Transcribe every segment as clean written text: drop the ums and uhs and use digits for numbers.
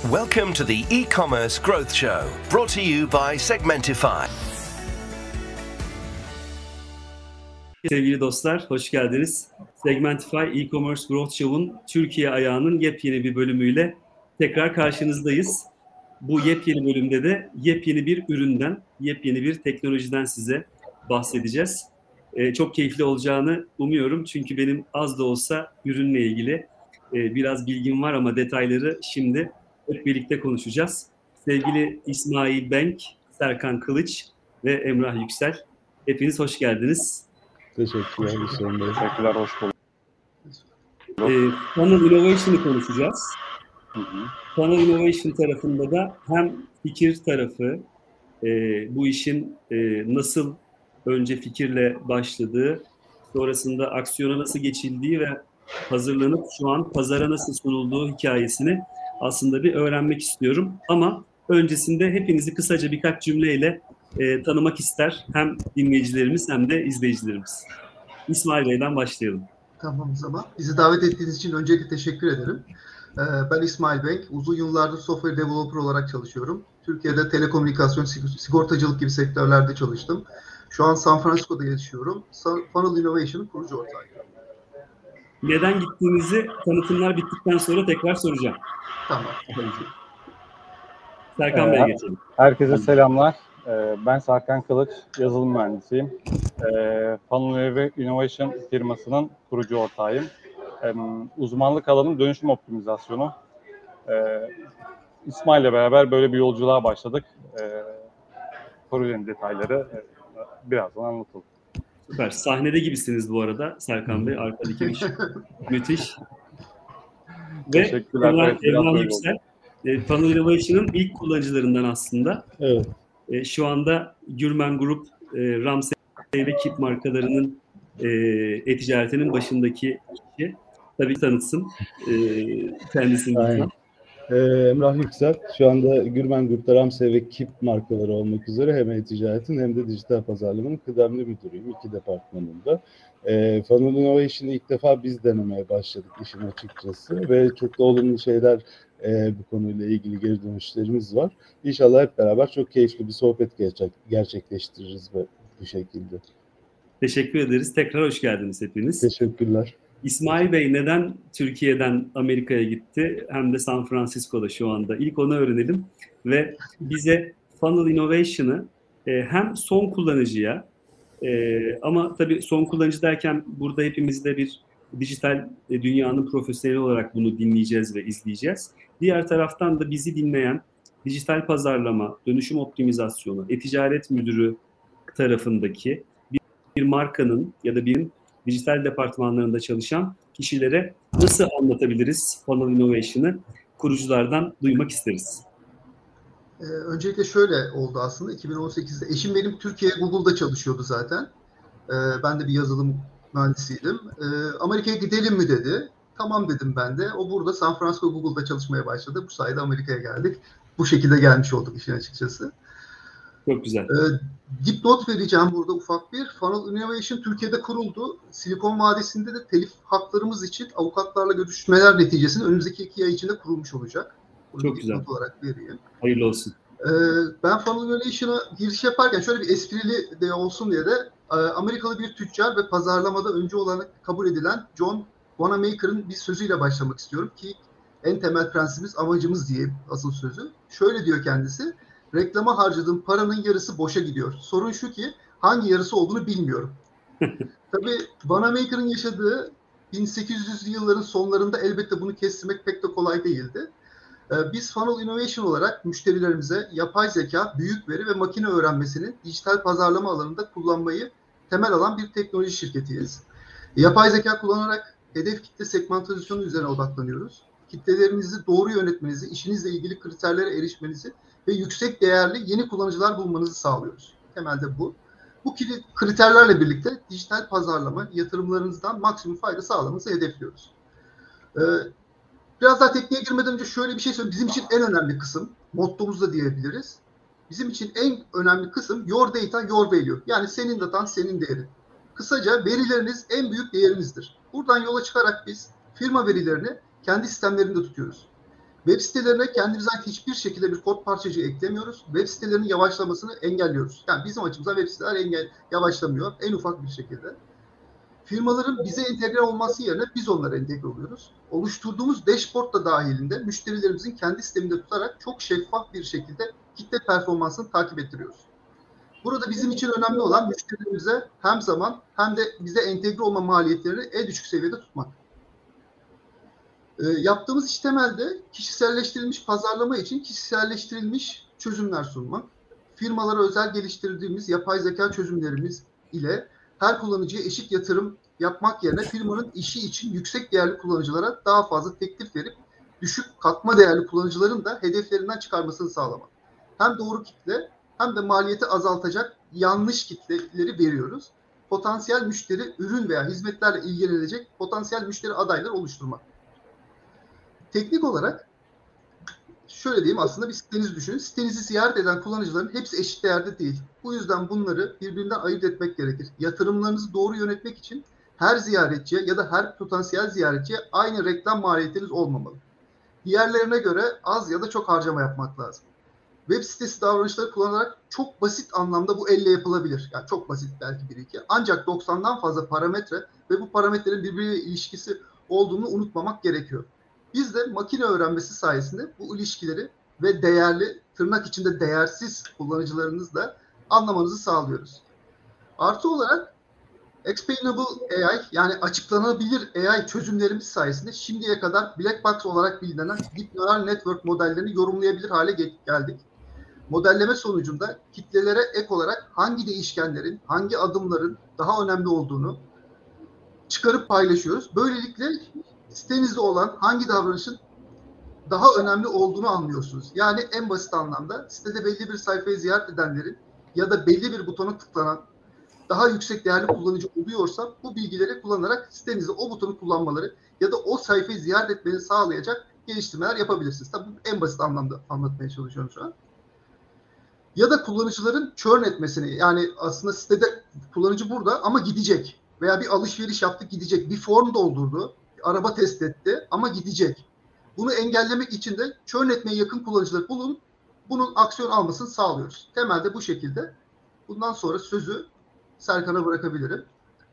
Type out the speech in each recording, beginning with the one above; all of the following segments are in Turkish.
Welcome to the e-commerce growth show, brought to you by Segmentify. Sevgili dostlar, hoş geldiniz. Segmentify e-commerce growth show'un Türkiye ayağının yepyeni bir bölümüyle tekrar karşınızdayız. Bu yepyeni bölümde de yepyeni bir üründen, yepyeni bir teknolojiden size bahsedeceğiz. Çok keyifli olacağını umuyorum. Çünkü benim az da olsa ürünle ilgili biraz bilgim var ama detayları şimdi hep birlikte konuşacağız. Sevgili İsmail Benk, Serkan Kılıç ve Emrah Yüksel, hepiniz hoş geldiniz. Teşekkürler Hüseyin Bey. Teşekkürler, hoş bulduk. Funnel Innovation'ı konuşacağız. Funnel Innovation tarafında da hem fikir tarafı, bu işin nasıl önce fikirle başladığı, sonrasında aksiyona nasıl geçildiği ve hazırlanıp şu an pazara nasıl sunulduğu hikayesini aslında bir öğrenmek istiyorum. Ama öncesinde hepinizi kısaca birkaç cümleyle tanımak ister hem dinleyicilerimiz hem de izleyicilerimiz. İsmail Bey'den başlayalım. Tamam o zaman. Bizi davet ettiğiniz için öncelikle teşekkür ederim. Ben İsmail Benk. Uzun yıllardır software developer olarak çalışıyorum. Türkiye'de telekomünikasyon, sigortacılık gibi sektörlerde çalıştım. Şu an San Francisco'da yaşıyorum. Funnel Innovation'ın kurucu ortağıyım. Neden gittiğinizi tanıtımlar bittikten sonra tekrar soracağım. Tamam. Serkan Bey'e geçelim. Herkese selamlar. Ben Serkan Kılıç, yazılım mühendisiyim. Funnel Innovation firmasının kurucu ortağıyım. Uzmanlık alanım dönüşüm optimizasyonu. İsmail'le beraber böyle bir yolculuğa başladık. Projenin detayları birazdan anlatılır. Süper. Sahnede gibisiniz bu arada Serkan Bey. Arkadaki iş müthiş. Ve Emrah Yüksel, Funnel Innovation'ın ilk kullanıcılarından aslında. Evet. Şu anda Gürmen Group, Ramsey ve Kip markalarının e-ticaretinin başındaki kişi. Tabii tanıtsın kendisini. Aynen. Emrah Yüksel, şu anda Gürmen Group'ta Ramsey ve Kip markaları olmak üzere hem e-ticaretin hem de dijital pazarlamanın kıdemli müdürüyüm iki departmanında. Funnel Innovation'ı ilk defa biz denemeye başladık işin açıkçası ve çok da olumlu şeyler bu konuyla ilgili geri dönüşlerimiz var. İnşallah hep beraber çok keyifli bir sohbet gerçekleştiririz bu şekilde. Teşekkür ederiz. Tekrar hoş geldiniz hepiniz. Teşekkürler. İsmail Bey neden Türkiye'den Amerika'ya gitti hem de San Francisco'da şu anda? İlk onu öğrenelim ve bize Funnel Innovation'ı hem son kullanıcıya ama tabii son kullanıcı derken burada hepimiz de bir dijital dünyanın profesyoneli olarak bunu dinleyeceğiz ve izleyeceğiz. Diğer taraftan da bizi dinleyen dijital pazarlama, dönüşüm optimizasyonu, e-ticaret müdürü tarafındaki bir markanın ya da bir dijital departmanlarında çalışan kişilere nasıl anlatabiliriz Funnel Innovation'ı? Kuruculardan duymak isteriz. Öncelikle şöyle oldu aslında. 2018'de eşim benim Türkiye Google'da çalışıyordu zaten. Ben de bir yazılım mühendisiydim. Amerika'ya gidelim mi dedi. Tamam dedim ben de. O burada San Francisco Google'da çalışmaya başladı. Bu sayede Amerika'ya geldik. Bu şekilde gelmiş olduk işin açıkçası. Çok güzel. Dipnot vereceğim burada ufak bir. Funnel Innovation Türkiye'de kuruldu. Silikon Vadisi'nde de telif haklarımız için avukatlarla görüşmeler neticesinde önümüzdeki 2 ay içinde kurulmuş olacak. Bunu çok güzel. Dipnot olarak vereyim. Hayırlı olsun. Ben Funnel Innovation'a giriş yaparken şöyle bir esprili de olsun diye de Amerikalı bir tüccar ve pazarlamada öncü olarak kabul edilen John Wanamaker'ın bir sözüyle başlamak istiyorum ki en temel prensibimiz, amacımız diye asıl sözü. Şöyle diyor kendisi: reklama harcadığım paranın yarısı boşa gidiyor. Sorun şu ki hangi yarısı olduğunu bilmiyorum. Tabii Wanamaker'ın yaşadığı 1800'lü yılların sonlarında elbette bunu kestirmek pek de kolay değildi. Biz Funnel Innovation olarak müşterilerimize yapay zeka, büyük veri ve makine öğrenmesini dijital pazarlama alanında kullanmayı temel alan bir teknoloji şirketiyiz. Yapay zeka kullanarak hedef kitle segmentasyonu üzerine odaklanıyoruz. Kitlelerinizi doğru yönetmenizi, işinizle ilgili kriterlere erişmenizi ve yüksek değerli yeni kullanıcılar bulmanızı sağlıyoruz. Temelde bu. Bu kriterlerle birlikte dijital pazarlama yatırımlarınızdan maksimum fayda sağlamanızı hedefliyoruz. Biraz daha tekniğe girmeden önce şöyle bir şey söyleyeyim. Bizim için en önemli kısım, mottomuz da diyebiliriz. Bizim için en önemli kısım your data, your value. Yani senin datan, senin değerin. Kısaca verileriniz en büyük değerinizdir. Buradan yola çıkarak biz firma verilerini kendi sistemlerinde tutuyoruz. Web sitelerine kendimizden hiçbir şekilde bir kod parçacığı eklemiyoruz. Web sitelerinin yavaşlamasını engelliyoruz. Yani bizim açımızdan web siteler yavaşlamıyor en ufak bir şekilde. Firmaların bize entegre olması yerine biz onlara entegre oluyoruz. Oluşturduğumuz dashboard da dahilinde müşterilerimizin kendi sisteminde tutarak çok şeffaf bir şekilde kitle performansını takip ettiriyoruz. Burada bizim için önemli olan müşterilerimize hem zaman hem de bize entegre olma maliyetlerini en düşük seviyede tutmak. Yaptığımız iş temelde kişiselleştirilmiş pazarlama için kişiselleştirilmiş çözümler sunmak. Firmalara özel geliştirdiğimiz yapay zeka çözümlerimiz ile her kullanıcıya eşit yatırım yapmak yerine firmanın işi için yüksek değerli kullanıcılara daha fazla teklif verip düşük katma değerli kullanıcıların da hedeflerinden çıkarmasını sağlamak. Hem doğru kitle hem de maliyeti azaltacak yanlış kitleleri veriyoruz. Potansiyel müşteri ürün veya hizmetlerle ilgilenecek potansiyel müşteri adayları oluşturmak. Teknik olarak şöyle diyeyim, aslında bir sitenizi düşünün. Sitenizi ziyaret eden kullanıcıların hepsi eşit değerde değil. Bu yüzden bunları birbirinden ayırt etmek gerekir. Yatırımlarınızı doğru yönetmek için her ziyaretçiye ya da her potansiyel ziyaretçiye aynı reklam maliyetiniz olmamalı. Diğerlerine göre az ya da çok harcama yapmak lazım. Web sitesi davranışları kullanarak çok basit anlamda bu elle yapılabilir. Yani çok basit, belki 1-2. Ancak 90'dan fazla parametre ve bu parametrelerin birbiriyle ilişkisi olduğunu unutmamak gerekiyor. Biz de makine öğrenmesi sayesinde bu ilişkileri ve değerli, tırnak içinde değersiz kullanıcılarınızla anlamanızı sağlıyoruz. Artı olarak Explainable AI, yani açıklanabilir AI çözümlerimiz sayesinde şimdiye kadar black box olarak bilinen Deep Neural Network modellerini yorumlayabilir hale geldik. Modelleme sonucunda kitlelere ek olarak hangi değişkenlerin, hangi adımların daha önemli olduğunu çıkarıp paylaşıyoruz. Böylelikle sitenizde olan hangi davranışın daha önemli olduğunu anlıyorsunuz. Yani en basit anlamda sitede belli bir sayfayı ziyaret edenlerin ya da belli bir butona tıklanan daha yüksek değerli kullanıcı oluyorsa bu bilgileri kullanarak sitenizde o butonu kullanmaları ya da o sayfayı ziyaret etmeni sağlayacak geliştirmeler yapabilirsiniz. Tabii en basit anlamda anlatmaya çalışıyorum şu an. Ya da kullanıcıların churn etmesini, yani aslında sitede kullanıcı burada ama gidecek veya bir alışveriş yaptı gidecek, bir form doldurdu, araba test etti ama gidecek. Bunu engellemek için de churn etmeye yakın kullanıcıları bulun, bunun aksiyon almasını sağlıyoruz. Temelde bu şekilde. Bundan sonra sözü Serkan'a bırakabilirim.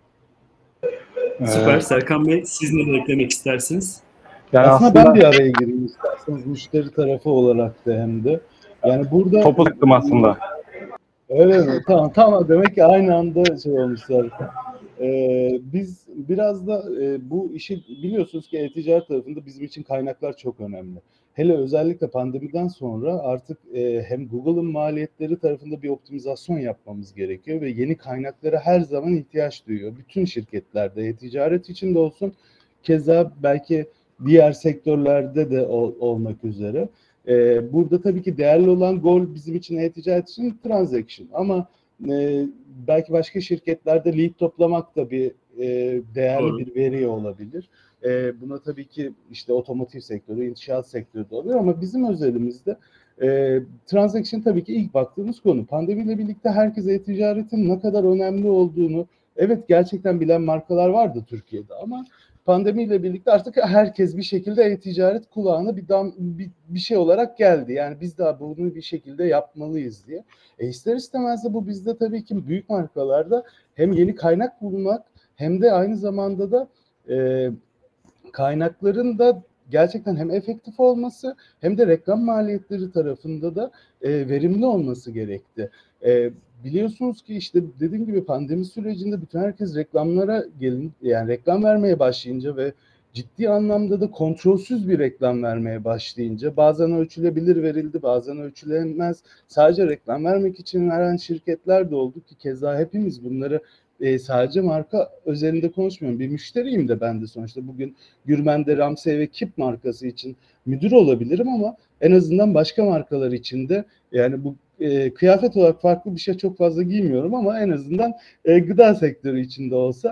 Süper. Serkan Bey, siz ne eklemek istersiniz? Yani aslında ben bir araya gireyim isterseniz, müşteri tarafı olarak da hem de. Yani burada topu tıktım aslında. Öyle mi? Tamam. Demek ki aynı anda şey olmuşlar. Biz biraz da bu işi biliyorsunuz ki e-ticaret tarafında bizim için kaynaklar çok önemli. Hele özellikle pandemiden sonra artık hem Google'ın maliyetleri tarafında bir optimizasyon yapmamız gerekiyor ve yeni kaynaklara her zaman ihtiyaç duyuyor. Bütün şirketlerde, e-ticaret için de olsun, keza belki diğer sektörlerde de olmak üzere. Burada tabii ki değerli olan goal bizim için e-ticaret için transaction, ama belki başka şirketlerde lead toplamak da bir değerli bir veri olabilir. Buna tabii ki işte otomotiv sektörü, inşaat sektörü de oluyor, ama bizim özelimizde transaction tabii ki ilk baktığımız konu. Pandemiyle birlikte herkes e-ticaretin ne kadar önemli olduğunu, evet gerçekten bilen markalar vardı Türkiye'de, ama pandemiyle birlikte artık herkes bir şekilde e-ticaret kulağına bir şey olarak geldi. Yani biz daha bunu bir şekilde yapmalıyız diye. İster istemez de bu bizde tabii ki büyük markalarda hem yeni kaynak bulmak hem de aynı zamanda da kaynakların da gerçekten hem efektif olması hem de reklam maliyetleri tarafında da verimli olması gerekti. Biliyorsunuz ki işte dediğim gibi pandemi sürecinde bütün herkes reklamlara yani reklam vermeye başlayınca ve ciddi anlamda da kontrolsüz bir reklam vermeye başlayınca, bazen ölçülebilir verildi, bazen ölçülemez. Sadece reklam vermek için veren şirketler de oldu ki keza hepimiz bunları sadece marka özelinde konuşmuyorum. Bir müşteriyim de ben de sonuçta. Bugün Gürmen'de Ramsey ve Kip markası için müdür olabilirim, ama en azından başka markalar için de, yani bu kıyafet olarak farklı bir şey çok fazla giymiyorum, ama en azından gıda sektörü içinde olsa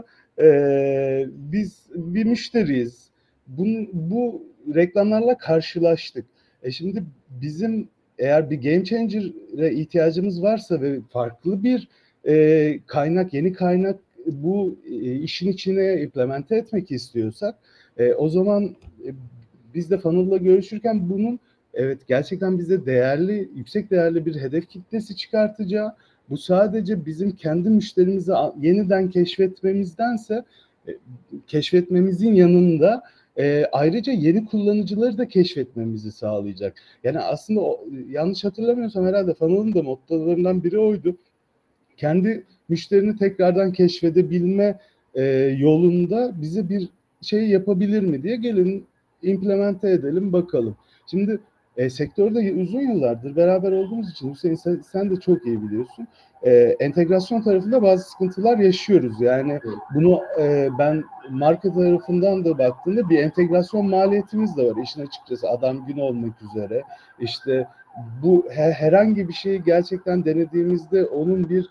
biz bir müşteriyiz. Bu reklamlarla karşılaştık. Şimdi bizim eğer bir game changer'e ihtiyacımız varsa ve farklı bir kaynak, yeni kaynak bu işin içine implemente etmek istiyorsak, o zaman biz de funnel'la görüşürken bunun evet gerçekten bize değerli, yüksek değerli bir hedef kitlesi çıkartacağı, bu sadece bizim kendi müşterimizi yeniden keşfetmemizdense keşfetmemizin yanında ayrıca yeni kullanıcıları da keşfetmemizi sağlayacak. Yani aslında yanlış hatırlamıyorsam herhalde funnel'ın da mottolarından biri oydu. Kendi müşterini tekrardan keşfedebilme yolunda bize bir şey yapabilir mi diye gelin implemente edelim bakalım. Şimdi sektörde uzun yıllardır beraber olduğumuz için Hüseyin sen de çok iyi biliyorsun. Entegrasyon tarafında bazı sıkıntılar yaşıyoruz. Yani bunu ben marka tarafından da baktığımda bir entegrasyon maliyetimiz de var. İşin açıkçası adam gün olmak üzere. İşte bu herhangi bir şeyi gerçekten denediğimizde onun bir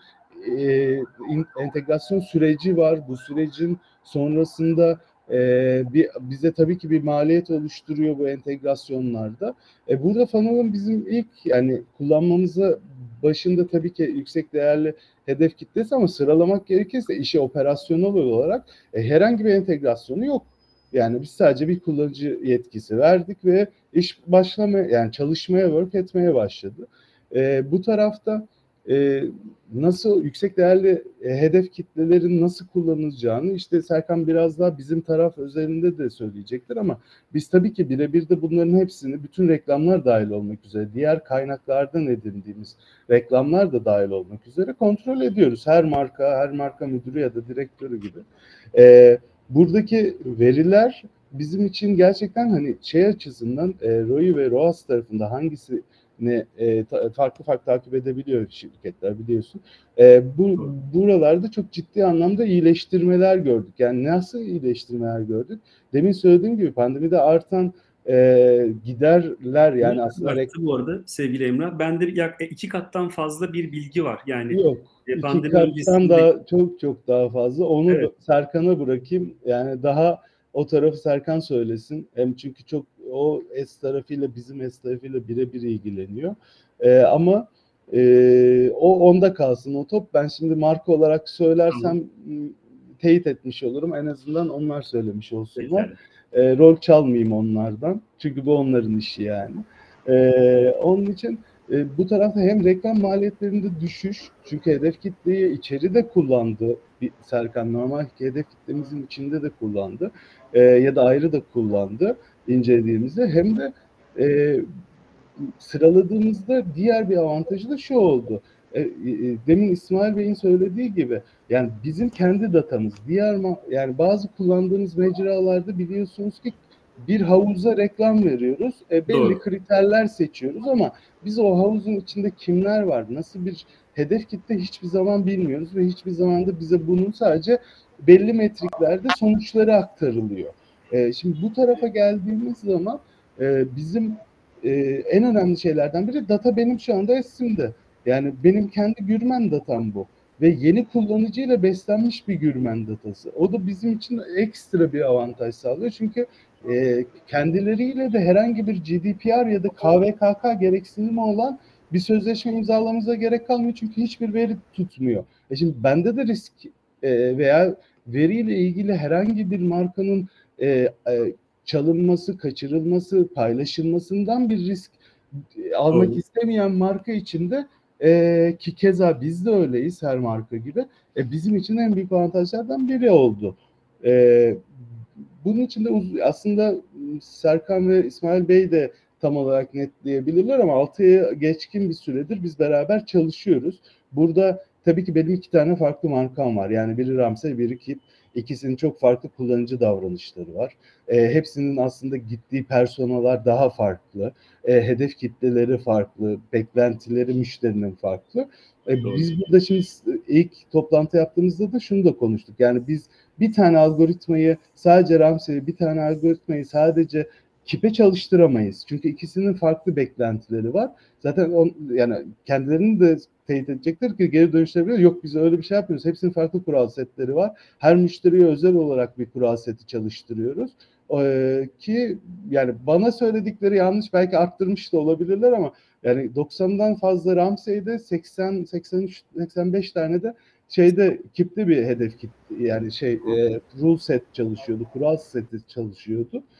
entegrasyon süreci var. Bu sürecin sonrasında bize tabii ki bir maliyet oluşturuyor bu entegrasyonlarda. Burada funnel'ın bizim ilk yani kullanmamıza başında tabii ki yüksek değerli hedef kitlesi ama sıralamak gerekirse işi operasyonel olarak herhangi bir entegrasyonu yok. Yani biz sadece bir kullanıcı yetkisi verdik ve iş yani çalışmaya, work etmeye başladı. Bu tarafta nasıl yüksek değerli hedef kitlelerin nasıl kullanılacağını işte Serkan biraz daha bizim taraf özelinde de söyleyecektir ama biz tabii ki birebir de bunların hepsini bütün reklamlar dahil olmak üzere diğer kaynaklardan edindiğimiz reklamlar da dahil olmak üzere kontrol ediyoruz. Her marka müdürü ya da direktörü gibi. Buradaki veriler bizim için gerçekten hani şey açısından ROI ve ROAS tarafında hangisi farklı takip edebiliyor şirketler biliyorsun. Buralarda çok ciddi anlamda iyileştirmeler gördük. Yani nasıl iyileştirmeler gördük? Demin söylediğim gibi pandemide artan giderler yani aslında bu arada sevgili Emrah. Bende 2 kattan fazla bir bilgi var. Yani yok. 2 pandemi kattan öncesinde daha çok daha fazla. Onu evet. Serkan'a bırakayım. Yani daha o tarafı Serkan söylesin. Hem çünkü çok o S tarafıyla bizim S tarafıyla birebir ilgileniyor. Ama o onda kalsın o top. Ben şimdi marka olarak söylersem teyit etmiş olurum. En azından onlar söylemiş olsunlar. Rol çalmayayım onlardan. Çünkü bu onların işi yani. Onun için bu tarafta hem reklam maliyetlerinde düşüş, çünkü hedef kitleyi içeride kullandı Serkan, normal hedef kitlemizin içinde de kullandı ya da ayrı da kullandı incelediğimizde, hem de sıraladığımızda diğer bir avantajı da şu oldu. Demin İsmail Bey'in söylediği gibi yani bizim kendi datamız, yani bazı kullandığımız mecralarda biliyorsunuz ki bir havuza reklam veriyoruz. Belli kriterler seçiyoruz ama biz o havuzun içinde kimler var, nasıl bir hedef kitle hiçbir zaman bilmiyoruz ve hiçbir zaman da bize bunun sadece belli metriklerde sonuçları aktarılıyor. Şimdi bu tarafa geldiğimiz zaman bizim en önemli şeylerden biri data benim şu anda Essim'de. Yani benim kendi Gürmen datam bu. Ve yeni kullanıcıyla beslenmiş bir Gürmen datası. O da bizim için ekstra bir avantaj sağlıyor. Çünkü kendileriyle de herhangi bir GDPR ya da KVKK gereksinimi olan bir sözleşme imzalamamıza gerek kalmıyor. Çünkü hiçbir veri tutmuyor. Şimdi bende de risk veya veriyle ilgili herhangi bir markanın çalınması, kaçırılması, paylaşılmasından bir risk almak istemeyen marka için de ki keza biz de öyleyiz her marka gibi. Bizim için en büyük avantajlardan biri oldu. Bunun için de aslında Serkan ve İsmail Bey de tam olarak netleyebilirler ama 6'ya geçkin bir süredir biz beraber çalışıyoruz. Burada tabii ki benim 2 tane farklı markam var. Yani biri Ramsey, biri Kip. İkisinin çok farklı kullanıcı davranışları var. Hepsinin aslında gittiği personalar daha farklı. Hedef kitleleri farklı. Beklentileri müşterinin farklı. Biz burada şimdi ilk toplantı yaptığımızda da şunu da konuştuk. Yani biz bir tane algoritmayı sadece Ramsey'e, bir tane algoritmayı sadece Kip'e çalıştıramayız. Çünkü ikisinin farklı beklentileri var. Zaten yani kendilerini de teyit edecekler ki geri dönüşleri yok biz öyle bir şey yapmıyoruz. Hepsinin farklı kural setleri var. Her müşteriye özel olarak bir kural seti çalıştırıyoruz. Ki yani bana söyledikleri yanlış, belki arttırmış da olabilirler ama yani 90'dan fazla Ramsey'de 80, 83, 85 tane de Kip'te bir hedef kit yani rule set çalışıyordu, kural seti çalışıyordu.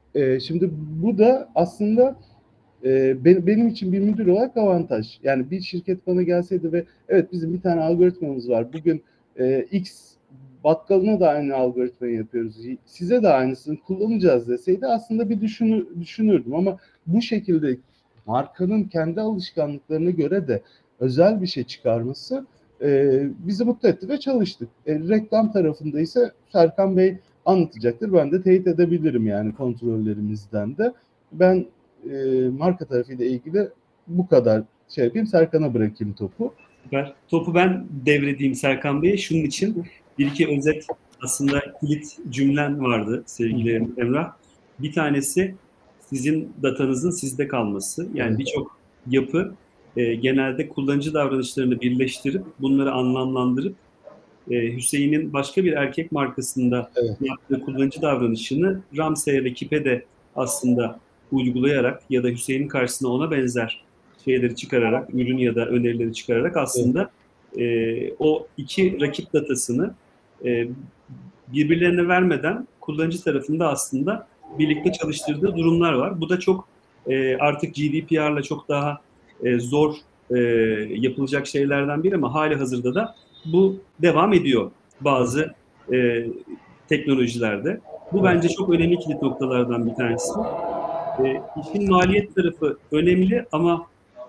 Şimdi bu da aslında benim için bir müdür olarak avantaj. Yani bir şirket bana gelseydi ve evet bizim bir tane algoritmamız var. Bugün X bakkalına da aynı algoritmayı yapıyoruz. Size de aynısını kullanacağız deseydi aslında bir düşünürdüm. Ama bu şekilde markanın kendi alışkanlıklarına göre de özel bir şey çıkarması bizi mutlu etti ve çalıştık. Reklam tarafında ise Serkan Bey anlatacaktır. Ben de teyit edebilirim yani kontrollerimizden de. Ben marka tarafıyla ilgili bu kadar şey yapayım. Serkan'a bırakayım topu. Süper. Topu ben devredeyim Serkan Bey'e. Şunun için bir iki özet aslında kilit cümlen vardı sevgili Emrah. Bir tanesi sizin datanızın sizde kalması. Yani birçok yapı genelde kullanıcı davranışlarını birleştirip bunları anlamlandırıp Hüseyin'in başka bir erkek markasında yaptığı kullanıcı davranışını Ramsey'e ve Kip'e de aslında uygulayarak ya da Hüseyin'in karşısına ona benzer şeyleri çıkararak, ürün ya da önerileri çıkararak aslında o iki rakip datasını birbirlerine vermeden kullanıcı tarafında aslında birlikte çalıştırdığı durumlar var. Bu da çok artık GDPR'la çok daha zor yapılacak şeylerden biri ama hali hazırda da bu devam ediyor bazı teknolojilerde. Bu bence çok önemli kilit noktalardan bir tanesi. İşin maliyet tarafı önemli ama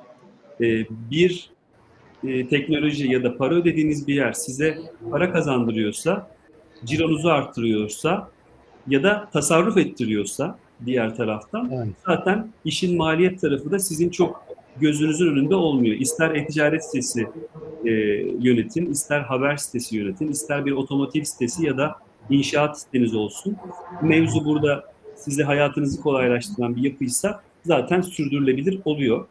bir teknoloji ya da para ödediğiniz bir yer size para kazandırıyorsa, cironuzu arttırıyorsa ya da tasarruf ettiriyorsa diğer taraftan zaten işin maliyet tarafı da sizin çok gözünüzün önünde olmuyor. İster e-ticaret sitesi yönetin, ister haber sitesi yönetin, ister bir otomotiv sitesi ya da inşaat siteniz olsun. Mevzu burada size hayatınızı kolaylaştıran bir yapıysa zaten sürdürülebilir oluyor.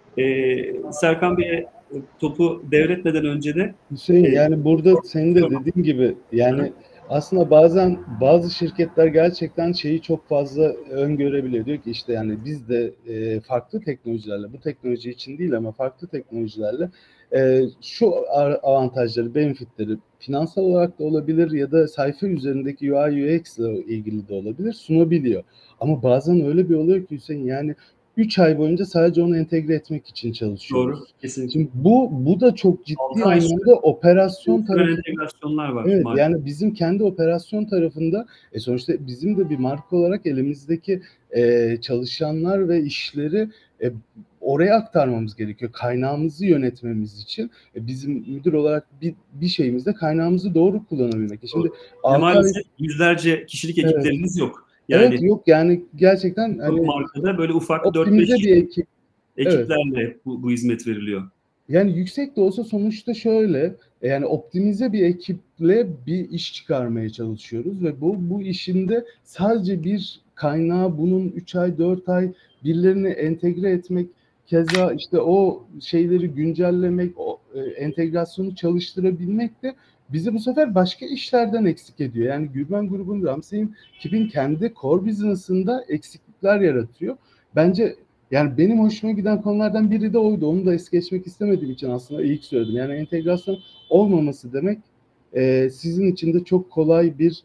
Serkan Bey'e topu devretmeden önce de Hüseyin yani burada senin de dediğin gibi yani aslında bazen bazı şirketler gerçekten şeyi çok fazla öngörebiliyor. Diyor ki işte yani biz de farklı teknolojilerle, bu teknoloji için değil ama farklı teknolojilerle şu avantajları, benefitleri finansal olarak da olabilir ya da sayfa üzerindeki UI UX ile ilgili de olabilir sunabiliyor. Ama bazen öyle bir oluyor ki Hüseyin yani 3 ay boyunca sadece onu entegre etmek için çalışıyoruz. Doğru, kesinlikle. Şimdi bu da çok ciddi anlamda operasyon tarafı. Entegrasyonlar var. Evet maalesef. Yani bizim kendi operasyon tarafında sonuçta bizim de bir marka olarak elimizdeki çalışanlar ve işleri oraya aktarmamız gerekiyor. Kaynağımızı yönetmemiz için bizim müdür olarak bir şeyimizde kaynağımızı doğru kullanabilmek. Şimdi maalesef yüzlerce kişilik ekipleriniz yok. Yani, evet yok yani gerçekten hani markada böyle ufak 4-5 ekiplerle bu hizmet veriliyor. Yani yüksek de olsa sonuçta şöyle yani optimize bir ekiple bir iş çıkarmaya çalışıyoruz ve bu işinde sadece bir kaynağı bunun 3 ay 4 ay birilerini entegre etmek keza işte o şeyleri güncellemek o entegrasyonu çalıştırabilmek de bizi bu sefer başka işlerden eksik ediyor. Yani Gürmen grubun Ramsey'in Kip'in kendi core business'ında eksiklikler yaratıyor. Bence yani benim hoşuma giden konulardan biri de oydu. Onu da es geçmek istemediğim için aslında ilk söyledim. Yani entegrasyon olmaması demek sizin için de çok kolay bir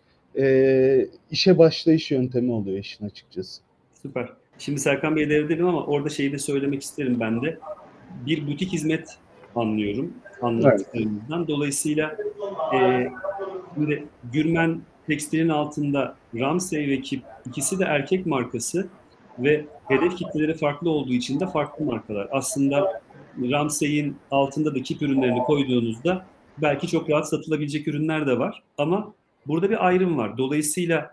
işe başlayış yöntemi oluyor işin açıkçası. Süper. Şimdi Serkan Bey'e devredelim ama orada şeyi de söylemek isterim ben de. Bir butik hizmet anlıyorum anlattıklarınızdan. Evet. Dolayısıyla şimdi Gürmen Tekstil'in altında Ramsey ve Kip ikisi de erkek markası ve hedef kitleleri farklı olduğu için de farklı markalar. Aslında Ramsey'in altında da Kip ürünlerini koyduğunuzda belki çok rahat satılabilecek ürünler de var. Ama burada bir ayrım var. Dolayısıyla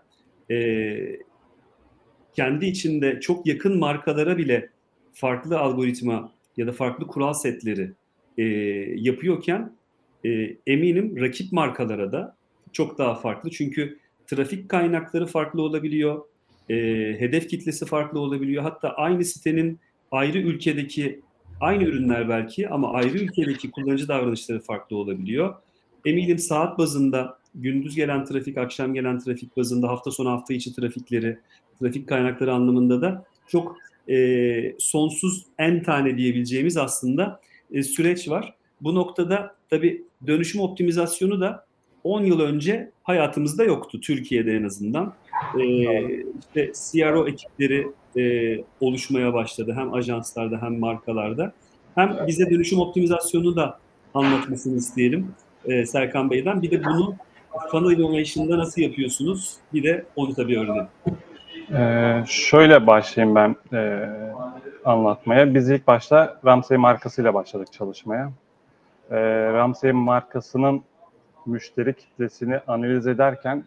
kendi içinde çok yakın markalara bile farklı algoritma ya da farklı kural setleri yapıyorken eminim rakip markalara da çok daha farklı. Çünkü trafik kaynakları farklı olabiliyor. Hedef kitlesi farklı olabiliyor. Hatta aynı sitenin ayrı ülkedeki aynı ürünler belki ama ayrı ülkedeki kullanıcı davranışları farklı olabiliyor. Eminim saat bazında gündüz gelen trafik, akşam gelen trafik bazında hafta sonu hafta içi trafikleri, trafik kaynakları anlamında da çok sonsuz en tane diyebileceğimiz aslında süreç var. Bu noktada tabii dönüşüm optimizasyonu da 10 yıl önce hayatımızda yoktu Türkiye'de en azından. işte CRO ekipleri oluşmaya başladı. Hem ajanslarda hem markalarda. Hem bize dönüşüm optimizasyonu da anlatmasını isteyelim Serkan Bey'den. Bir de bunu Funnel Innovation'da nasıl yapıyorsunuz? Bir de onu tabii öğrenelim. Şöyle başlayayım ben anlatmaya. Biz ilk başta Ramsey markasıyla başladık çalışmaya. Ramsey markasının müşteri kitlesini analiz ederken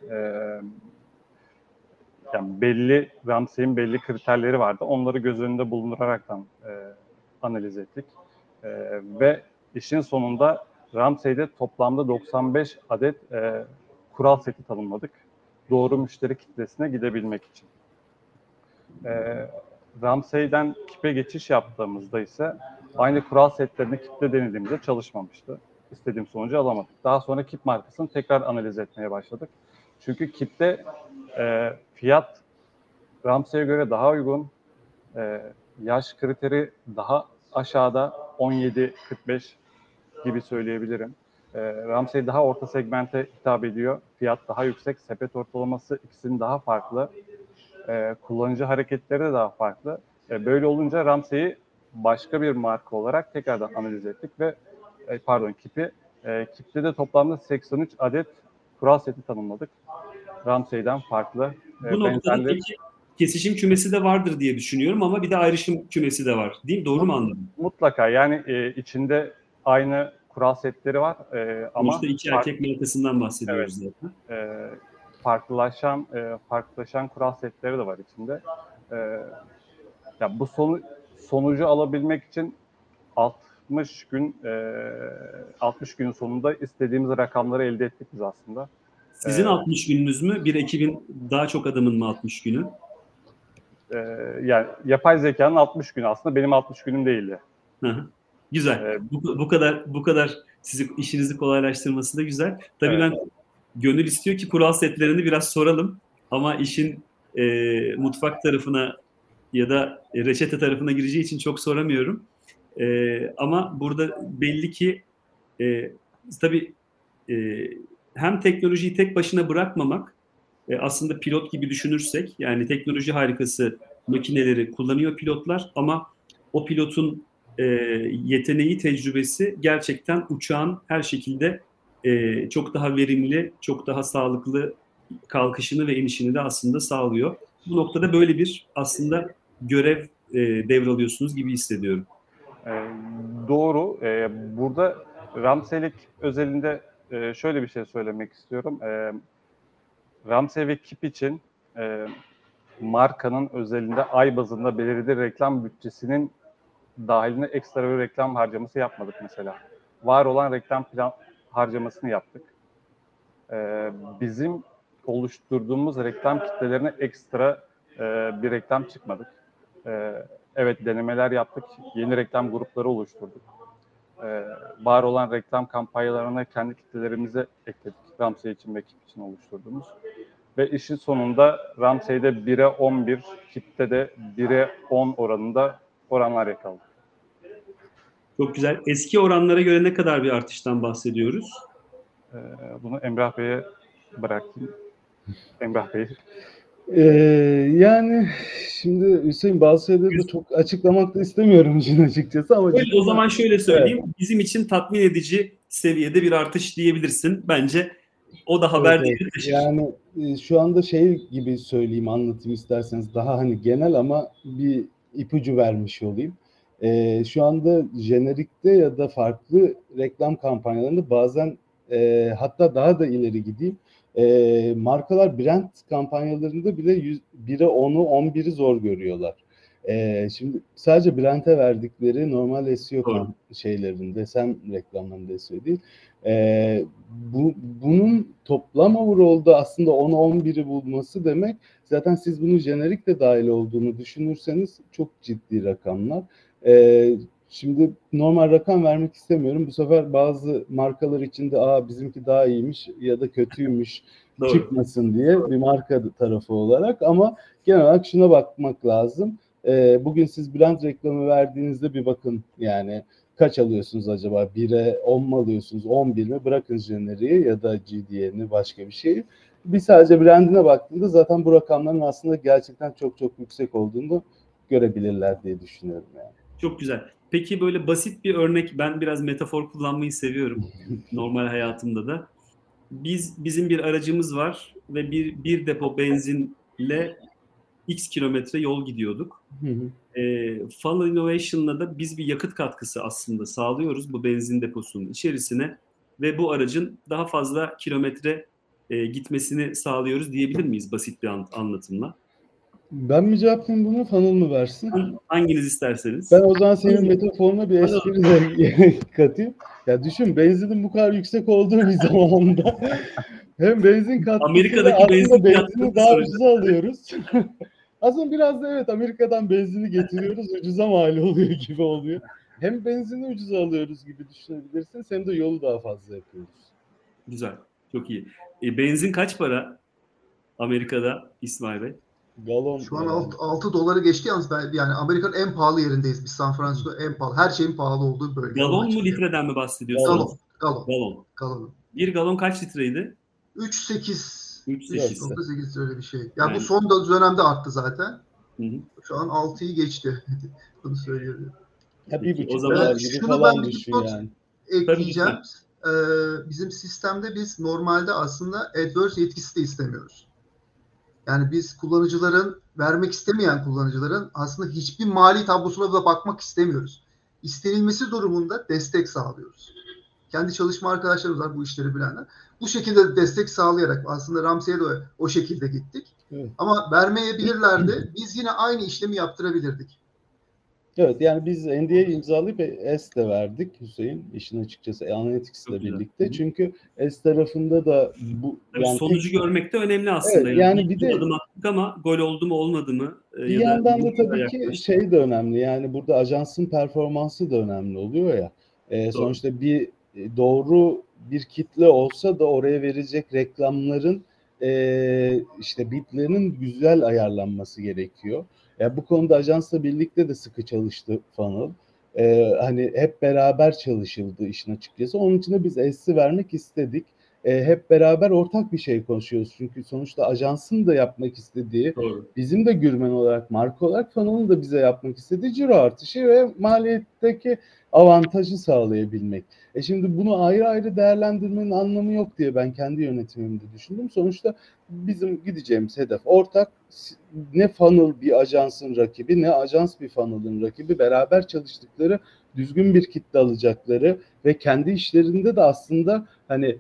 yani Ramsey'in belli kriterleri vardı. Onları göz önünde bulunduraraktan analiz ettik. Ve işin sonunda Ramsey'de toplamda 95 adet kural seti tanımladık. Doğru müşteri kitlesine gidebilmek için. Ramsey'den KİP'e geçiş yaptığımızda ise aynı kural setlerini KİP'te denediğimizde çalışmamıştı. İstediğim sonucu alamadık. Daha sonra KİP markasını tekrar analiz etmeye başladık. Çünkü KİP'te fiyat Ramsey'e göre daha uygun, yaş kriteri daha aşağıda 17-45 gibi söyleyebilirim. Ramsey daha orta segmente hitap ediyor. Fiyat daha yüksek, sepet ortalaması ikisinin daha farklı. Kullanıcı hareketleri de daha farklı. Böyle olunca Ramsey'i başka bir marka olarak tekrardan analiz ettik ve KİP'te de toplamda 83 adet kural seti tanımladık. Ramsey'den farklı. Bu noktada peki kesişim kümesi de vardır diye düşünüyorum ama bir de ayrışım kümesi de var. Değil mi? Doğru mu anladım? Mutlaka. Yani içinde aynı kural setleri var ama sonuçta iki erkek markasından bahsediyoruz zaten. Farklılaşan kural setleri de var içinde. Ya bu sonucu alabilmek için 60 gün sonunda istediğimiz rakamları elde ettik biz aslında. Sizin 60 gününüz mü? Bir ekibin daha çok adamın mı 60 günü? Yani yapay zekanın 60 günü aslında benim 60 günüm değildi. Güzel. Bu kadar sizi işinizi kolaylaştırması da güzel. Tabii ben gönül istiyor ki kural setlerini biraz soralım ama işin mutfak tarafına ya da reçete tarafına gireceği için çok soramıyorum. Ama burada belli ki tabii hem teknolojiyi tek başına bırakmamak aslında pilot gibi düşünürsek yani teknoloji harikası makineleri kullanıyor pilotlar ama o pilotun yeteneği, tecrübesi gerçekten uçağın her şekilde çok daha verimli, çok daha sağlıklı kalkışını ve inişini de aslında sağlıyor. Bu noktada böyle bir aslında görev devralıyorsunuz gibi hissediyorum. Doğru. Burada Ramsey'lik özelinde şöyle bir şey söylemek istiyorum. Ramsey ve KİP için markanın özelinde ay bazında belirlediği reklam bütçesinin dahiline ekstra bir reklam harcaması yapmadık mesela. Var olan reklam plan harcamasını yaptık. Bizim oluşturduğumuz reklam kitlelerine ekstra bir reklam çıkmadık. Evet denemeler yaptık, yeni reklam grupları oluşturduk. Var olan reklam kampanyalarına kendi kitlelerimize ekledik. Ramsey için ve KİP için oluşturduğumuz. Ve işin sonunda Ramsey'de 1'e 11, KİP'te de 1'e 10 oranlar yakaladık. Çok güzel. Eski oranlara göre ne kadar bir artıştan bahsediyoruz? Bunu Emrah Bey'e bıraktım. Emrah Bey. Yani şimdi Hüseyin bazı şeyleri de çok açıklamak da istemiyorum işin açıkçası ama o zaman şöyle söyleyeyim. Evet. Bizim için tatmin edici seviyede bir artış diyebilirsin. Bence o da haber değil. Yani şu anda şey gibi söyleyeyim, anlatayım isterseniz daha hani genel ama bir ipucu vermiş olayım. Şu anda jenerikte ya da farklı reklam kampanyalarında bazen hatta daha da ileri gideyim. Markalar brand kampanyalarında bile 1'e 10'u 11'i zor görüyorlar. Şimdi sadece brand'e verdikleri normal SEO şeylerinde, sen reklamlarında SEO değil. Bunun toplam overall'da aslında 10'u 11'i bulması demek zaten siz bunun jenerik de dahil olduğunu düşünürseniz çok ciddi rakamlar. Şimdi normal rakam vermek istemiyorum. Bu sefer bazı markalar içinde bizimki daha iyiymiş ya da kötüymüş çıkmasın diye bir marka tarafı olarak ama genel olarak şuna bakmak lazım. Bugün siz brand reklamı verdiğinizde bir bakın yani kaç alıyorsunuz acaba? 1'e 10 mu alıyorsunuz? 11 mi? Bırakın jeneriği ya da GDN'i başka bir şeyi. Bir sadece brandine baktığında zaten bu rakamların aslında gerçekten çok çok yüksek olduğunu görebilirler diye düşünüyorum yani. Çok güzel. Peki böyle basit bir örnek, ben biraz metafor kullanmayı seviyorum normal hayatımda da. Bizim bir aracımız var ve bir depo benzinle X kilometre yol gidiyorduk. Funnel Innovation'la da biz bir yakıt katkısı aslında sağlıyoruz bu benzin deposunun içerisine ve bu aracın daha fazla kilometre gitmesini sağlıyoruz diyebilir miyiz basit bir anlatımla? Ben mi cevaplayayım bunu, Funnel mı versin? Hanginiz isterseniz. Ben o zaman senin metaforuna bir espri de katayım. Ya düşün, benzinin bu kadar yüksek olduğu bir zamanda hem benzin katkısıyla Amerika'daki aslında benzin benzini daha ucuza alıyoruz. Aslında biraz da evet, Amerika'dan benzini getiriyoruz, ucuza mal oluyor gibi oluyor. Hem benzini ucuza alıyoruz gibi düşünebilirsiniz, hem de yolu daha fazla yapıyoruz. Güzel, çok iyi. Benzin kaç para Amerika'da İsmail Bey? Galon. Şu an 6 doları geçti yalnız, yani Amerika'nın en pahalı yerindeyiz. Biz San Francisco en pahalı. Her şeyin pahalı olduğu bölge. Galon mu, litreden mi bahsediyorsunuz? Galon. Bir galon kaç litreydi? 3.8 3.8 öyle bir şey. Ya yani. Bu son dönemde arttı zaten. Hı. Şu an 6'yı geçti. Bunu söylüyorum. Ya 1,5 O zaman dolar gibi falan düşün yani. Ekleyeceğim. Bizim sistemde biz normalde aslında AdWords yetkisi de istemiyoruz. Yani biz kullanıcıların, vermek istemeyen kullanıcıların aslında hiçbir mali tablosuna da bakmak istemiyoruz. İstenilmesi durumunda destek sağlıyoruz. Kendi çalışma arkadaşlarımız var bu işleri bilenler. Bu şekilde destek sağlayarak aslında Ramsey'e de o şekilde gittik. Evet. Ama vermeyebilirlerdi. Biz yine aynı işlemi yaptırabilirdik. Evet, yani biz NDA imzalayıp S de verdik Hüseyin, işin açıkçası Analytics'le birlikte. Hı-hı. Çünkü S tarafında da bu yani sonucu görmek de önemli aslında. Evet, yani bir de adım attık ama gol oldu mu olmadı mı? Bir yandan da tabii ki şey de önemli. Yani burada ajansın performansı da önemli oluyor ya. Sonuçta bir doğru bir kitle olsa da oraya verecek reklamların işte bitlerinin güzel ayarlanması gerekiyor. Yani bu konuda ajansla birlikte de sıkı çalıştı Funnel. Hani hep beraber çalışıldı işin açıkçası. Onun için de biz S'i vermek istedik. Hep beraber ortak bir şey konuşuyoruz. Çünkü sonuçta ajansın da yapmak istediği, doğru, bizim de Gürmen olarak, marka olarak Funnel'ın da bize yapmak istediği ciro artışı ve maliyetteki avantajı sağlayabilmek. Şimdi bunu ayrı ayrı değerlendirmenin anlamı yok diye ben kendi yönetimimde düşündüm. Sonuçta bizim gideceğimiz hedef ortak. Ne Funnel bir ajansın rakibi, ne ajans bir Funnel'ın rakibi. Beraber çalıştıkları, düzgün bir kitle alacakları ve kendi işlerinde de aslında hani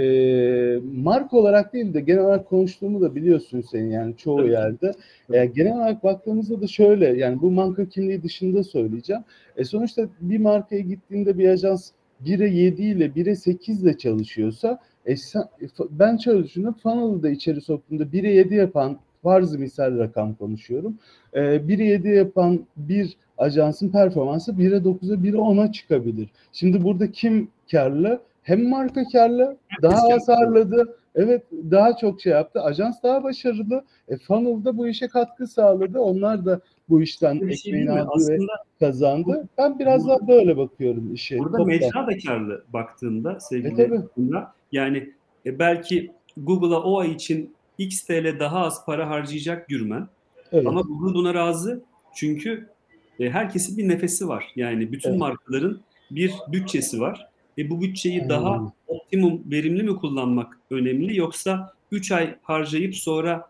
marka olarak değil de genel olarak konuştuğumu da biliyorsun sen, yani çoğu yerde. Genel olarak baktığımızda da şöyle, yani bu marka kimliği dışında söyleyeceğim. Sonuçta bir markaya gittiğinde bir ajans 1'e 7 ile 1'e 8 ile çalışıyorsa ben şöyle düşündüm, Funnel'ı da içeri soktuğumda 1'e 7 yapan, farzı misal rakam konuşuyorum. 1'e 7 yapan bir ajansın performansı 1'e 9'a 1'e 10'a çıkabilir. Şimdi burada kim karlı? Hem marka karlı, daha az harladı, evet daha çok şey yaptı, ajans daha başarılı, Funnel da bu işe katkı sağladı, onlar da bu işten ekmeğini aldı ve kazandı. Ben biraz daha böyle bakıyorum işe. Burada mecra da karlı baktığında sevgili Bunda. Yani belki Google'a o ay için X TL daha az para harcayacak Gürmen. Evet. Ama Google buna razı, çünkü herkesin bir nefesi var. Yani bütün markaların bir bütçesi var. Bu bütçeyi daha optimum, verimli mi kullanmak önemli, yoksa 3 ay harcayıp sonra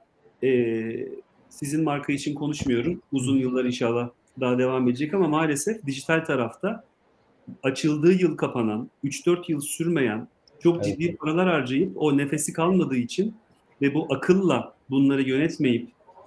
sizin marka için konuşmuyorum, uzun yıllar inşallah daha devam edecek ama maalesef dijital tarafta açıldığı yıl kapanan, 3-4 yıl sürmeyen, çok ciddi paralar harcayıp o nefesi kalmadığı için ve bu akılla bunları yönetmeyip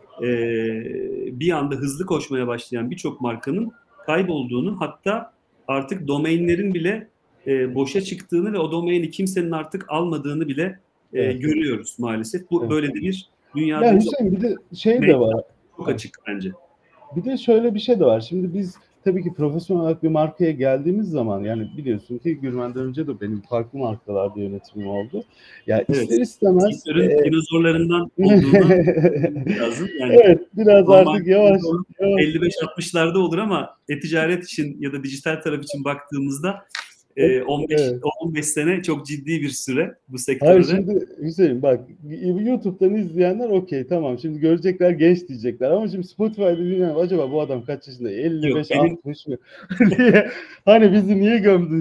bir anda hızlı koşmaya başlayan birçok markanın kaybolduğunu, hatta artık domainlerin bile boşa çıktığını ve o domaini kimsenin artık almadığını bile görüyoruz maalesef. Bu böyle de bir dünyada... Yani Hüseyin, bir de şey de var. Çok açık bence. Bir de şöyle bir şey de var. Şimdi biz tabii ki profesyonel olarak bir markaya geldiğimiz zaman, yani biliyorsun ki Gürmen'den önce de benim farklı markalarda yönetimim oldu. Yani ister istemez... dinozorlarından olduğunu lazım. Yani evet, biraz artık yavaş. 55-60'larda olur ama ticaret için ya da dijital taraf için baktığımızda 15 15 sene çok ciddi bir süre bu sektörde. Hayır şimdi Hüseyin bak, YouTube'dan izleyenler okey tamam, şimdi görecekler genç diyecekler ama şimdi Spotify'da dinleyen acaba bu adam kaç yaşında, 55 60 mı diye hani bizi niye gömdün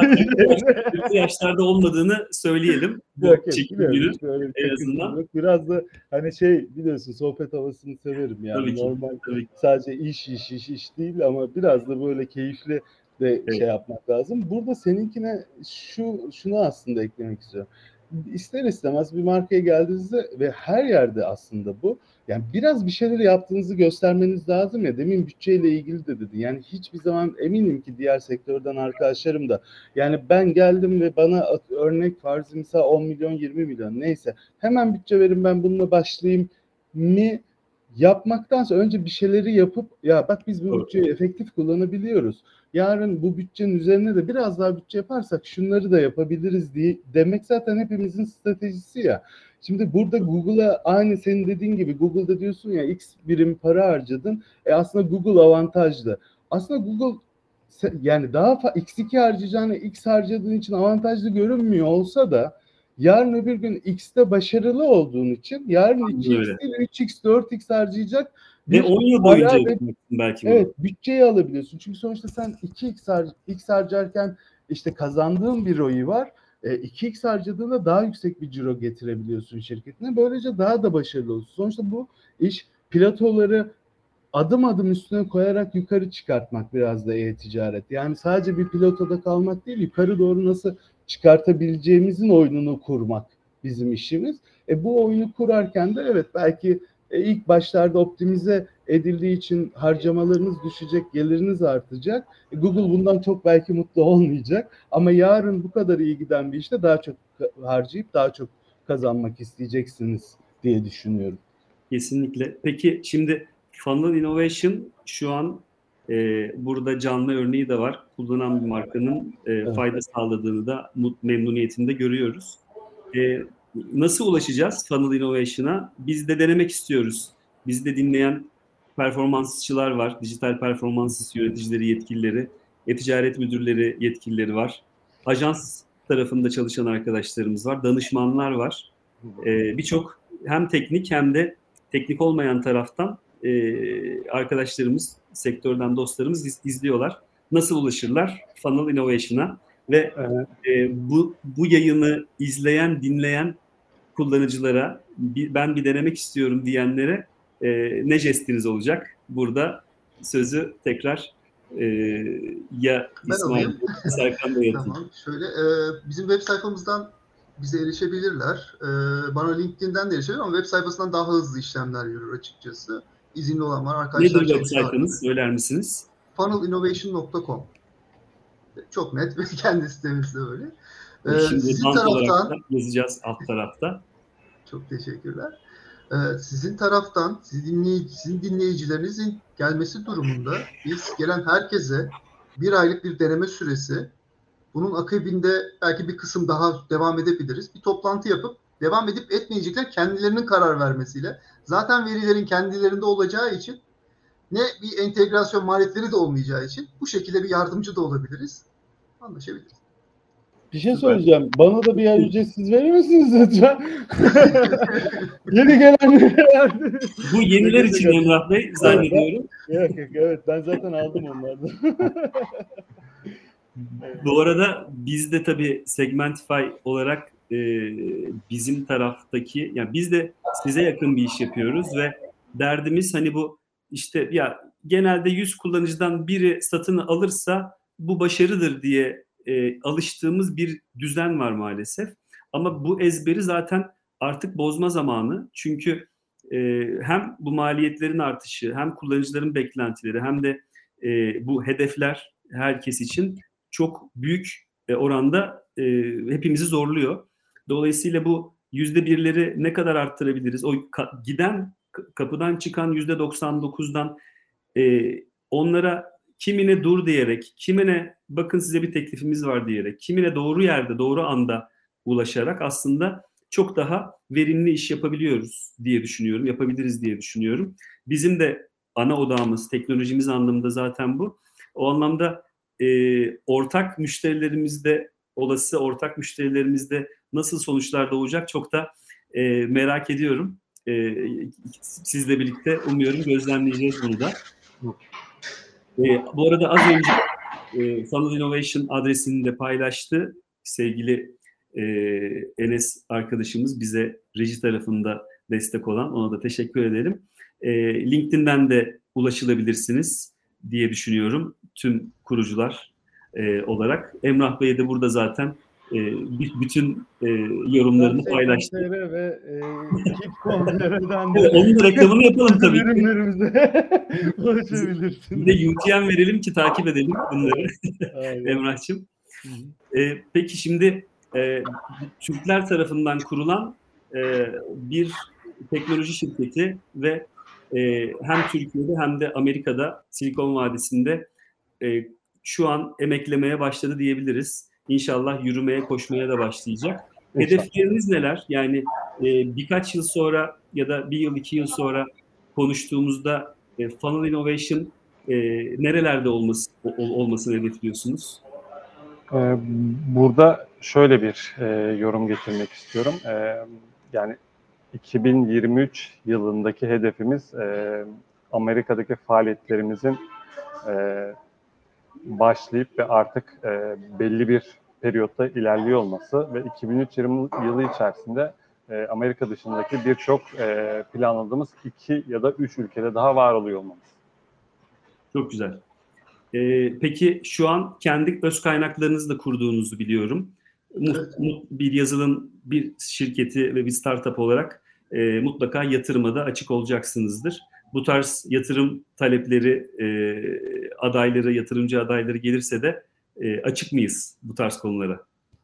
şimdi? Yaşlarda olmadığını söyleyelim. Bu Yok, çekiminin en azından. Biraz da hani biliyorsun, sohbet havasını severim yani. Tabii ki, Normal tabii ki. sadece iş değil ama biraz da böyle keyifli de şey yapmak lazım. Burada seninkine şunu aslında eklemek istiyorum. İster istemez bir markaya geldiğinizde ve her yerde aslında bu. Yani biraz bir şeyler yaptığınızı göstermeniz lazım ya. Demin bütçeyle ilgili de dedin. Yani hiçbir zaman, eminim ki diğer sektörden arkadaşlarım da, yani ben geldim ve bana örnek farzı misal 10 milyon 20 milyon neyse hemen bütçe verin ben bununla başlayayım mı yapmaktansa önce bir şeyleri yapıp ya bak biz bu bütçeyi efektif kullanabiliyoruz. Yarın bu bütçenin üzerine de biraz daha bütçe yaparsak şunları da yapabiliriz diye demek zaten hepimizin stratejisi ya. Şimdi burada Google'a aynı senin dediğin gibi, Google'da diyorsun ya X birim para harcadın. Aslında Google avantajlı. Aslında Google yani daha X2 harcayacağını X harcadığın için avantajlı görünmüyor olsa da yarın öbür gün X'te başarılı olduğun için yarın 2X değil 3X 4X harcayacak. Ve 10 yıl boyunca belki evet, bütçeyi alabiliyorsun. Çünkü sonuçta sen 2X harcarken işte kazandığın bir ROI var. 2X harcadığında daha yüksek bir ciro getirebiliyorsun şirketine. Böylece daha da başarılı olursun. Sonuçta bu iş platoları adım adım üstüne koyarak yukarı çıkartmak biraz da e-ticaret. Yani sadece bir pilotada kalmak değil, yukarı doğru nasıl çıkartabileceğimizin oyununu kurmak bizim işimiz. Bu oyunu kurarken de evet belki ilk başlarda optimize edildiği için harcamalarınız düşecek, geliriniz artacak. Google bundan çok belki mutlu olmayacak. Ama yarın bu kadar iyi giden bir işte daha çok harcayıp daha çok kazanmak isteyeceksiniz diye düşünüyorum. Kesinlikle. Peki şimdi Funnel Innovation şu an burada canlı örneği de var. Kullanan bir markanın fayda sağladığını da memnuniyetinde görüyoruz. Nasıl ulaşacağız Funnel Innovation'a? Biz de denemek istiyoruz. Bizi de dinleyen performansçılar var. Dijital performans yöneticileri, yetkilileri, e-ticaret müdürleri, yetkilileri var. Ajans tarafında çalışan arkadaşlarımız var. Danışmanlar var. Birçok hem teknik hem de teknik olmayan taraftan arkadaşlarımız, sektörden dostlarımız izliyorlar. Nasıl ulaşırlar Funnel Innovation'a? Ve bu yayını izleyen, dinleyen kullanıcılara ben bir denemek istiyorum diyenlere ne jestiniz olacak? Burada sözü tekrar ya İsmail Serkan Bey atayım. Tamam. Şöyle bizim web sayfamızdan bize erişebilirler. Bana LinkedIn'den de erişebilir ama web sayfasından daha hızlı işlemler yürür açıkçası. İzinli olan var. Arkadaşlar nedir web sayfanız? Söyler misiniz? funnelinnovation.com. Çok net ve kendi sitemizde öyle. Şimdi sizin taraftan yazacağız alt tarafta. Çok teşekkürler. Sizin taraftan sizin dinleyicilerinizin gelmesi durumunda biz gelen herkese bir aylık bir deneme süresi, bunun akabinde belki bir kısım daha devam edebiliriz. Bir toplantı yapıp devam edip etmeyecekler kendilerinin karar vermesiyle. Zaten verilerin kendilerinde olacağı için ne bir entegrasyon maliyetleri de olmayacağı için bu şekilde bir yardımcı da olabiliriz. Anlaşabiliriz. Bir şey söyleyeceğim. Bana da bir ay ücretsiz verir misiniz lütfen? Yeni gelenler. Bu yeniler için Emrah Bey zannediyorum. Yok evet, ben zaten aldım onlardan. Bu arada biz de tabii Segmentify olarak bizim taraftaki, yani biz de size yakın bir iş yapıyoruz ve derdimiz hani bu işte ya genelde 100 kullanıcıdan biri satın alırsa bu başarıdır diye alıştığımız bir düzen var maalesef. Ama bu ezberi zaten artık bozma zamanı. Çünkü hem bu maliyetlerin artışı, hem kullanıcıların beklentileri, hem de bu hedefler herkes için çok büyük oranda hepimizi zorluyor. Dolayısıyla bu %1'leri ne kadar arttırabiliriz? O giden, kapıdan çıkan %99'dan onlara kimine dur diyerek, kimine bakın size bir teklifimiz var diyerek, kimine doğru yerde, doğru anda ulaşarak aslında çok daha verimli iş yapabiliyoruz diye düşünüyorum, yapabiliriz diye düşünüyorum. Bizim de ana odağımız, teknolojimiz anlamında zaten bu. O anlamda ortak müşterilerimizde, olası ortak müşterilerimizde nasıl sonuçlar doğacak çok da merak ediyorum. Sizle birlikte umuyorum gözlemleyeceğiz bunu da. Bu arada az önce Funnel Innovation adresini de paylaştı. Sevgili Enes arkadaşımız bize reji tarafında destek olan, ona da teşekkür ederim. LinkedIn'den de ulaşılabilirsiniz diye düşünüyorum tüm kurucular olarak. Emrah Bey de burada zaten bütün yorumlarını paylaştı. Ve KIP.com.tr'den de onun da reklamını yapalım tabii. Ürünlerimize ulaşabilirsiniz. Bir de UTM verelim ki takip edelim bunları. Emrah'cığım. Peki şimdi Türkler tarafından kurulan bir teknoloji şirketi ve hem Türkiye'de hem de Amerika'da Silikon Vadisi'nde şu an emeklemeye başladı diyebiliriz. İnşallah yürümeye, koşmaya da başlayacak. Hedefleriniz neler? Yani birkaç yıl sonra ya da bir yıl, 2 yıl sonra konuştuğumuzda Funnel Innovation nerelerde olmasını hedefliyorsunuz? Burada şöyle bir yorum getirmek istiyorum. Yani 2023 yılındaki hedefimiz Amerika'daki faaliyetlerimizin başlayıp ve artık belli bir periyotta ilerliyor olması ve 2003 yılı içerisinde Amerika dışındaki birçok planladığımız 2 ya da 3 ülkede daha var oluyor olmamız. Çok güzel. Peki şu an kendi öz kaynaklarınızı da kurduğunuzu biliyorum. Bir yazılım, bir şirketi ve bir startup olarak mutlaka yatırıma da açık olacaksınızdır. Bu tarz yatırım talepleri, yatırımcı adayları gelirse de açık mıyız bu tarz konulara?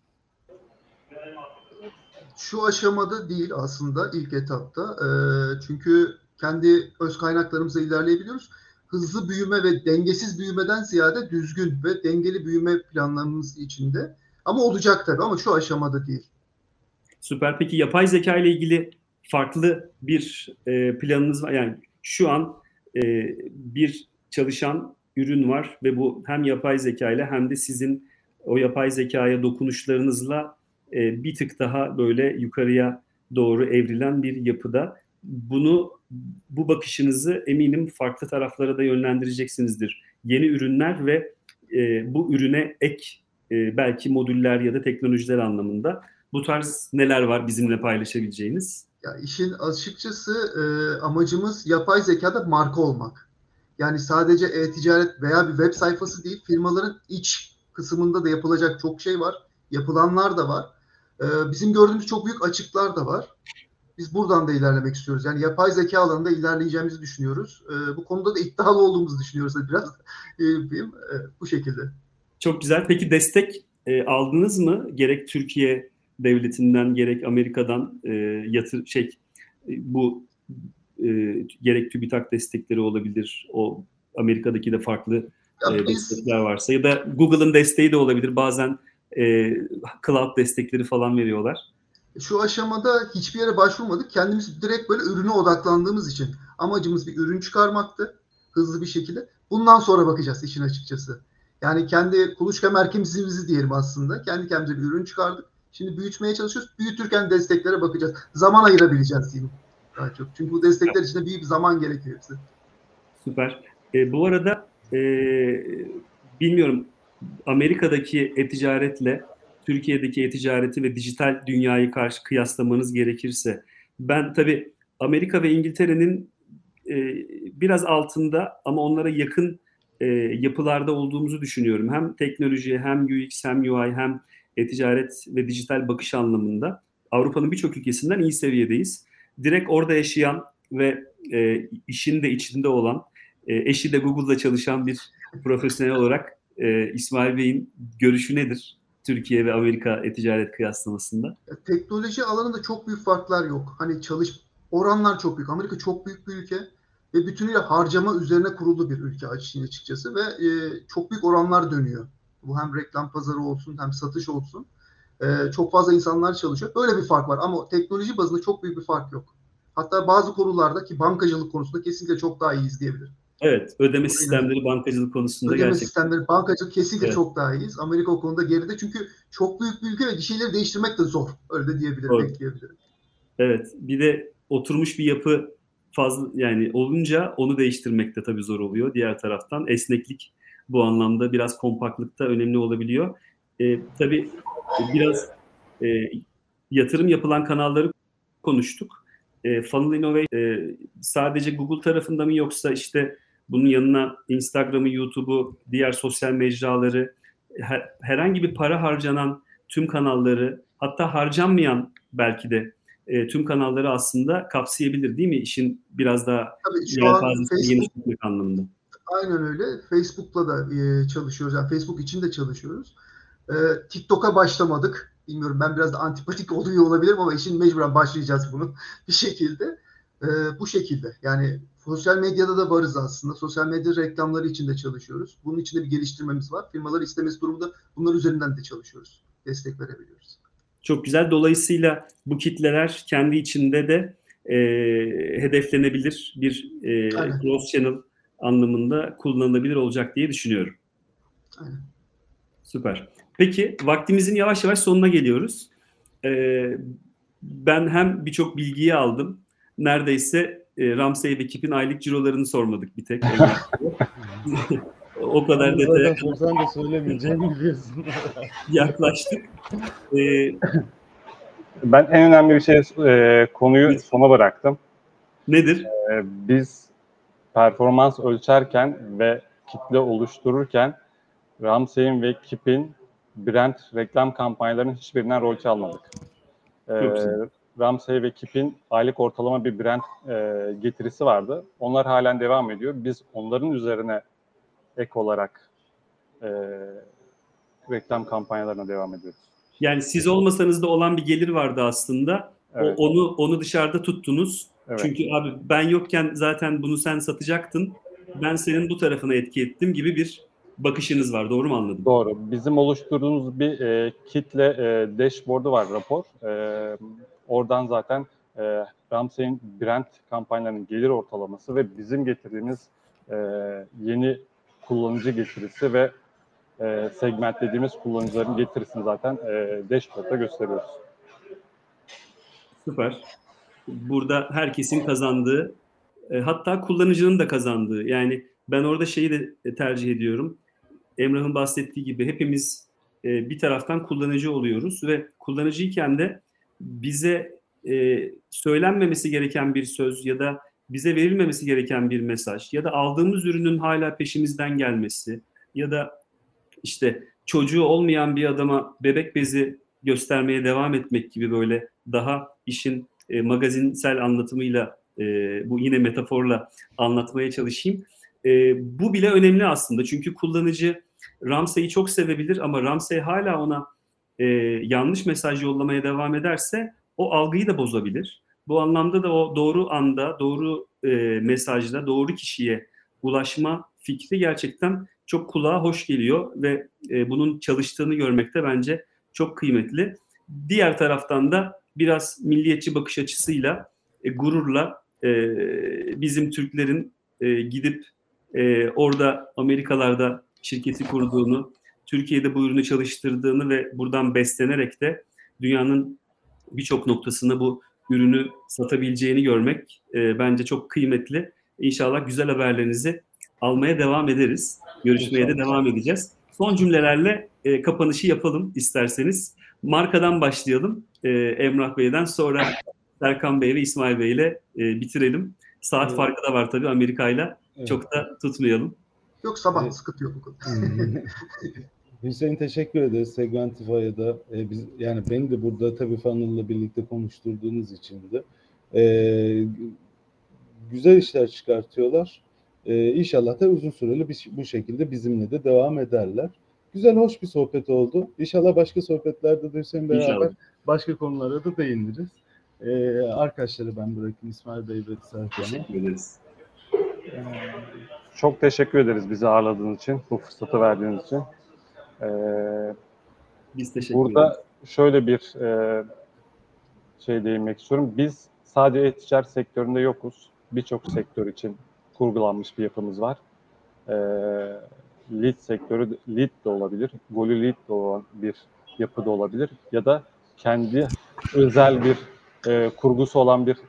Şu aşamada değil aslında ilk etapta. Çünkü kendi öz kaynaklarımıza ilerleyebiliyoruz. Hızlı büyüme ve dengesiz büyümeden ziyade düzgün ve dengeli büyüme planlarımız içinde. Ama olacak tabii, ama şu aşamada değil. Süper. Peki yapay zeka ile ilgili farklı bir planınız var? Yani şu an bir çalışan ürün var ve bu hem yapay zeka ile hem de sizin o yapay zekaya dokunuşlarınızla bir tık daha böyle yukarıya doğru evrilen bir yapıda. Bu bakışınızı eminim farklı taraflara da yönlendireceksinizdir. Yeni ürünler ve bu ürüne ek belki modüller ya da teknolojiler anlamında. Bu tarz neler var bizimle paylaşabileceğiniz? Ya işin açıkçası amacımız yapay zekada marka olmak. Yani sadece e-ticaret veya bir web sayfası değil, firmaların iç kısmında da yapılacak çok şey var. Yapılanlar da var. Bizim gördüğümüz çok büyük açıklar da var. Biz buradan da ilerlemek istiyoruz. Yani yapay zeka alanında ilerleyeceğimizi düşünüyoruz. Bu konuda da iddialı olduğumuzu düşünüyoruz biraz. Bu şekilde. Çok güzel. Peki destek aldınız mı? Gerek Türkiye devletinden, gerek Amerika'dan gerek TÜBİTAK destekleri olabilir. O Amerika'daki de farklı destekler varsa ya da Google'ın desteği de olabilir. Bazen cloud destekleri falan veriyorlar. Şu aşamada hiçbir yere başvurmadık. Kendimiz direkt böyle ürüne odaklandığımız için amacımız bir ürün çıkarmaktı. Hızlı bir şekilde. Bundan sonra bakacağız işin açıkçası. Yani kendi kuluçka merkezimizi diyelim aslında. Kendi kendimize bir ürün çıkardık. Şimdi büyütmeye çalışıyoruz. Büyütürken desteklere bakacağız. Zaman ayırabileceğiz diyeyim daha çok. Çünkü bu destekler için de büyük bir zaman gerekiyor hepsi. Süper. Bu arada bilmiyorum, Amerika'daki e-ticaretle Türkiye'deki e-ticareti ve dijital dünyayı kıyaslamanız gerekirse, ben tabii Amerika ve İngiltere'nin biraz altında ama onlara yakın yapılarda olduğumuzu düşünüyorum. Hem teknoloji, hem UX, hem UI, hem e-ticaret ve dijital bakış anlamında Avrupa'nın birçok ülkesinden iyi seviyedeyiz. Direkt orada yaşayan ve işin de içinde olan, eşi de Google'da çalışan bir profesyonel olarak İsmail Bey'in görüşü nedir Türkiye ve Amerika e-ticaret kıyaslamasında? Teknoloji alanında çok büyük farklar yok. Hani oranlar çok büyük. Amerika çok büyük bir ülke ve bütünüyle harcama üzerine kurulu bir ülke açıkçası ve çok büyük oranlar dönüyor. Bu hem reklam pazarı olsun hem satış olsun. Çok fazla insanlar çalışıyor. Böyle bir fark var ama teknoloji bazında çok büyük bir fark yok. Hatta bazı konularda, ki bankacılık konusunda kesinlikle çok daha iyiyiz diyebilirim. Evet, ödeme sistemleri, bankacılık konusunda Ödeme gerçekten. sistemleri, bankacılık kesinlikle Evet. çok daha iyiyiz. Amerika o konuda geride çünkü çok büyük bir ülke ve bir şeyleri değiştirmek de zor. Öyle de diyebilirim, Doğru. ekleyebilirim. Evet, bir de oturmuş bir yapı fazla yani olunca onu değiştirmek de tabii zor oluyor. Diğer taraftan esneklik bu anlamda biraz kompaktlıkta önemli olabiliyor. Tabii biraz e, yatırım yapılan kanalları konuştuk. Funnel Innovation sadece Google tarafında mı yoksa işte bunun yanına Instagram'ı, YouTube'u, diğer sosyal mecraları, herhangi bir para harcanan tüm kanalları, hatta harcanmayan belki de tüm kanalları aslında kapsayabilir değil mi? İşin biraz daha Tabii şu an yelpazesini Facebook, genişletmek anlamında. aynen öyle. Facebook'la da çalışıyoruz. Yani Facebook için de çalışıyoruz. TikTok'a başlamadık. Bilmiyorum, ben biraz da antipatik oluyor olabilirim ama işin mecburen başlayacağız bunu bir şekilde. Bu şekilde. Yani sosyal medyada da varız aslında. Sosyal medya reklamları için de çalışıyoruz. Bunun için de bir geliştirmemiz var. Firmalar istemesi durumunda bunlar üzerinden de çalışıyoruz. Destek verebiliyoruz. Çok güzel. Dolayısıyla bu kitleler kendi içinde de hedeflenebilir bir Aynen. cross channel anlamında kullanılabilir olacak diye düşünüyorum. Aynen. Süper. Peki vaktimizin yavaş yavaş sonuna geliyoruz. Ben hem birçok bilgiyi aldım. Neredeyse Ramsey ve Kip'in aylık cirolarını sormadık bir tek. O kadar detaya Sorsan da söylemeyeceğimi biliyorsun. yaklaştık. Ben en önemli bir şey konuyu sona bıraktım. Nedir? Biz performans ölçerken ve kitle oluştururken Ramsey'in ve Kip'in brand reklam kampanyalarının hiçbirinden rol çalmadık. Ramsey ve Kip'in aylık ortalama bir brand getirisi vardı. Onlar halen devam ediyor. Biz onların üzerine ek olarak reklam kampanyalarına devam ediyoruz. Yani siz olmasanız da olan bir gelir vardı aslında. Evet. Onu dışarıda tuttunuz. Evet. Çünkü abi ben yokken zaten bunu sen satacaktın. Ben senin bu tarafına etki ettim gibi bir bakışınız var. Doğru mu anladım? Doğru. Bizim oluşturduğumuz bir kitle dashboard'u var, rapor. Oradan zaten Ramsey'in brand kampanyalarının gelir ortalaması ve bizim getirdiğimiz yeni kullanıcı getirisi ve segmentlediğimiz kullanıcıların getirisini zaten dashboard'da gösteriyoruz. Süper. Burada herkesin kazandığı, hatta kullanıcının da kazandığı. Yani ben orada şeyi de tercih ediyorum. Emrah'ın bahsettiği gibi hepimiz bir taraftan kullanıcı oluyoruz ve kullanıcıyken de bize söylenmemesi gereken bir söz ya da bize verilmemesi gereken bir mesaj ya da aldığımız ürünün hala peşimizden gelmesi ya da işte çocuğu olmayan bir adama bebek bezi göstermeye devam etmek gibi böyle daha işin magazinsel anlatımıyla bu yine metaforla anlatmaya çalışayım. Bu bile önemli aslında çünkü kullanıcı Ramsey'i çok sevebilir ama Ramsey hala ona yanlış mesaj yollamaya devam ederse o algıyı da bozabilir. Bu anlamda da o doğru anda, doğru mesajla, doğru kişiye ulaşma fikri gerçekten çok kulağa hoş geliyor ve bunun çalıştığını görmek de bence çok kıymetli. Diğer taraftan da biraz milliyetçi bakış açısıyla, gururla bizim Türklerin gidip orada Amerikalarda şirketi kurduğunu, Türkiye'de bu ürünü çalıştırdığını ve buradan beslenerek de dünyanın birçok noktasına bu ürünü satabileceğini görmek bence çok kıymetli. İnşallah güzel haberlerinizi almaya devam ederiz. Görüşmeye de devam edeceğiz. Son cümlelerle kapanışı yapalım isterseniz. Markadan başlayalım. Emrah Bey'den sonra Serkan Bey ve İsmail Bey ile bitirelim. Saat farkı da var tabii Amerika'yla. Evet. Çok da tutmayalım. Yok sabah sıkıntı yok bu konuda. Hüseyin teşekkür ederiz Segmentify'a da. Yani beni de burada tabii Funnel'la birlikte konuşturduğunuz için de güzel işler çıkartıyorlar. İnşallah da uzun süreli bu şekilde bizimle de devam ederler. Güzel, hoş bir sohbet oldu. İnşallah başka sohbetlerde de Hüseyin beraber başka konulara da değiniriz. Arkadaşları ben bırakayım, İsmail Bey ve Serkan'a. Teşekkür ederiz. Çok teşekkür ederiz bizi ağırladığınız için, bu fırsatı verdiğiniz için. Biz teşekkür ederiz. Burada şöyle bir değinmek istiyorum. Biz sadece e-ticaret sektöründe yokuz. Birçok sektör için kurgulanmış bir yapımız var. Lead sektörü lead de olabilir, golü lead de olan bir yapı da olabilir ya da kendi özel bir kurgusu olan bir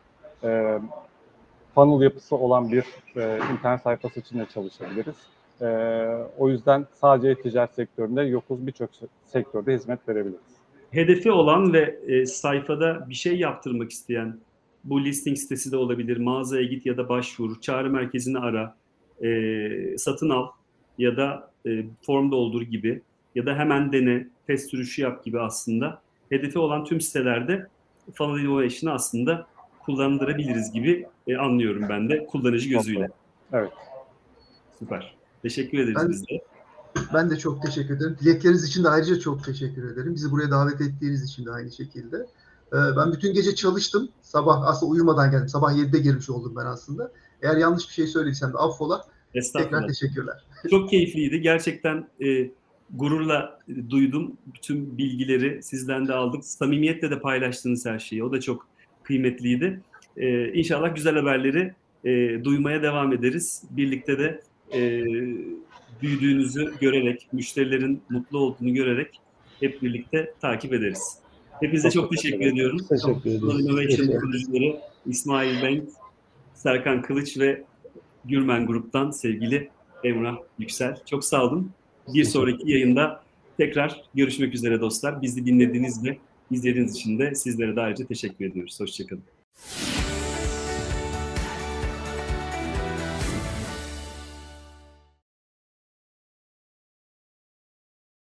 funnel yapısı olan bir internet sayfası için de çalışabiliriz. O yüzden sadece e-ticaret sektöründe yokuz, birçok sektörde hizmet verebiliriz. Hedefi olan ve sayfada bir şey yaptırmak isteyen, bu listing sitesi de olabilir, mağazaya git ya da başvur, çağrı merkezini ara, satın al ya da form doldur gibi ya da hemen dene, test sürüşü yap gibi aslında hedefi olan tüm sitelerde Funnel Innovation'ı aslında kullandırabiliriz gibi anlıyorum ben de kullanıcı gözüyle. Evet. Süper. Teşekkür ederiz biz de. Ben de çok teşekkür ederim. Dilekleriniz için de ayrıca çok teşekkür ederim. Bizi buraya davet ettiğiniz için de aynı şekilde. Ben bütün gece çalıştım. Sabah aslında uyumadan geldim. Sabah 7'de girmiş oldum ben aslında. Eğer yanlış bir şey söylediysem de affola. Tekrar teşekkürler. Çok keyifliydi. Gerçekten gururla duydum. Bütün bilgileri sizden de aldık. Samimiyetle de paylaştığınız her şeyi. O da çok kıymetliydi. İnşallah güzel haberleri duymaya devam ederiz. Birlikte de büyüdüğünüzü görerek, müşterilerin mutlu olduğunu görerek hep birlikte takip ederiz. Hepinize çok teşekkür ediyorum. Teşekkür ederiz. Innovation kurucuları İsmail Benk, Serkan Kılıç ve Gürmen Grup'tan sevgili Emrah Yüksel. Çok sağ olun. Bir sonraki yayında tekrar görüşmek üzere dostlar. Bizi dinlediğiniz ve izlediğiniz için de sizlere de ayrıca teşekkür ediyoruz. Hoşçakalın.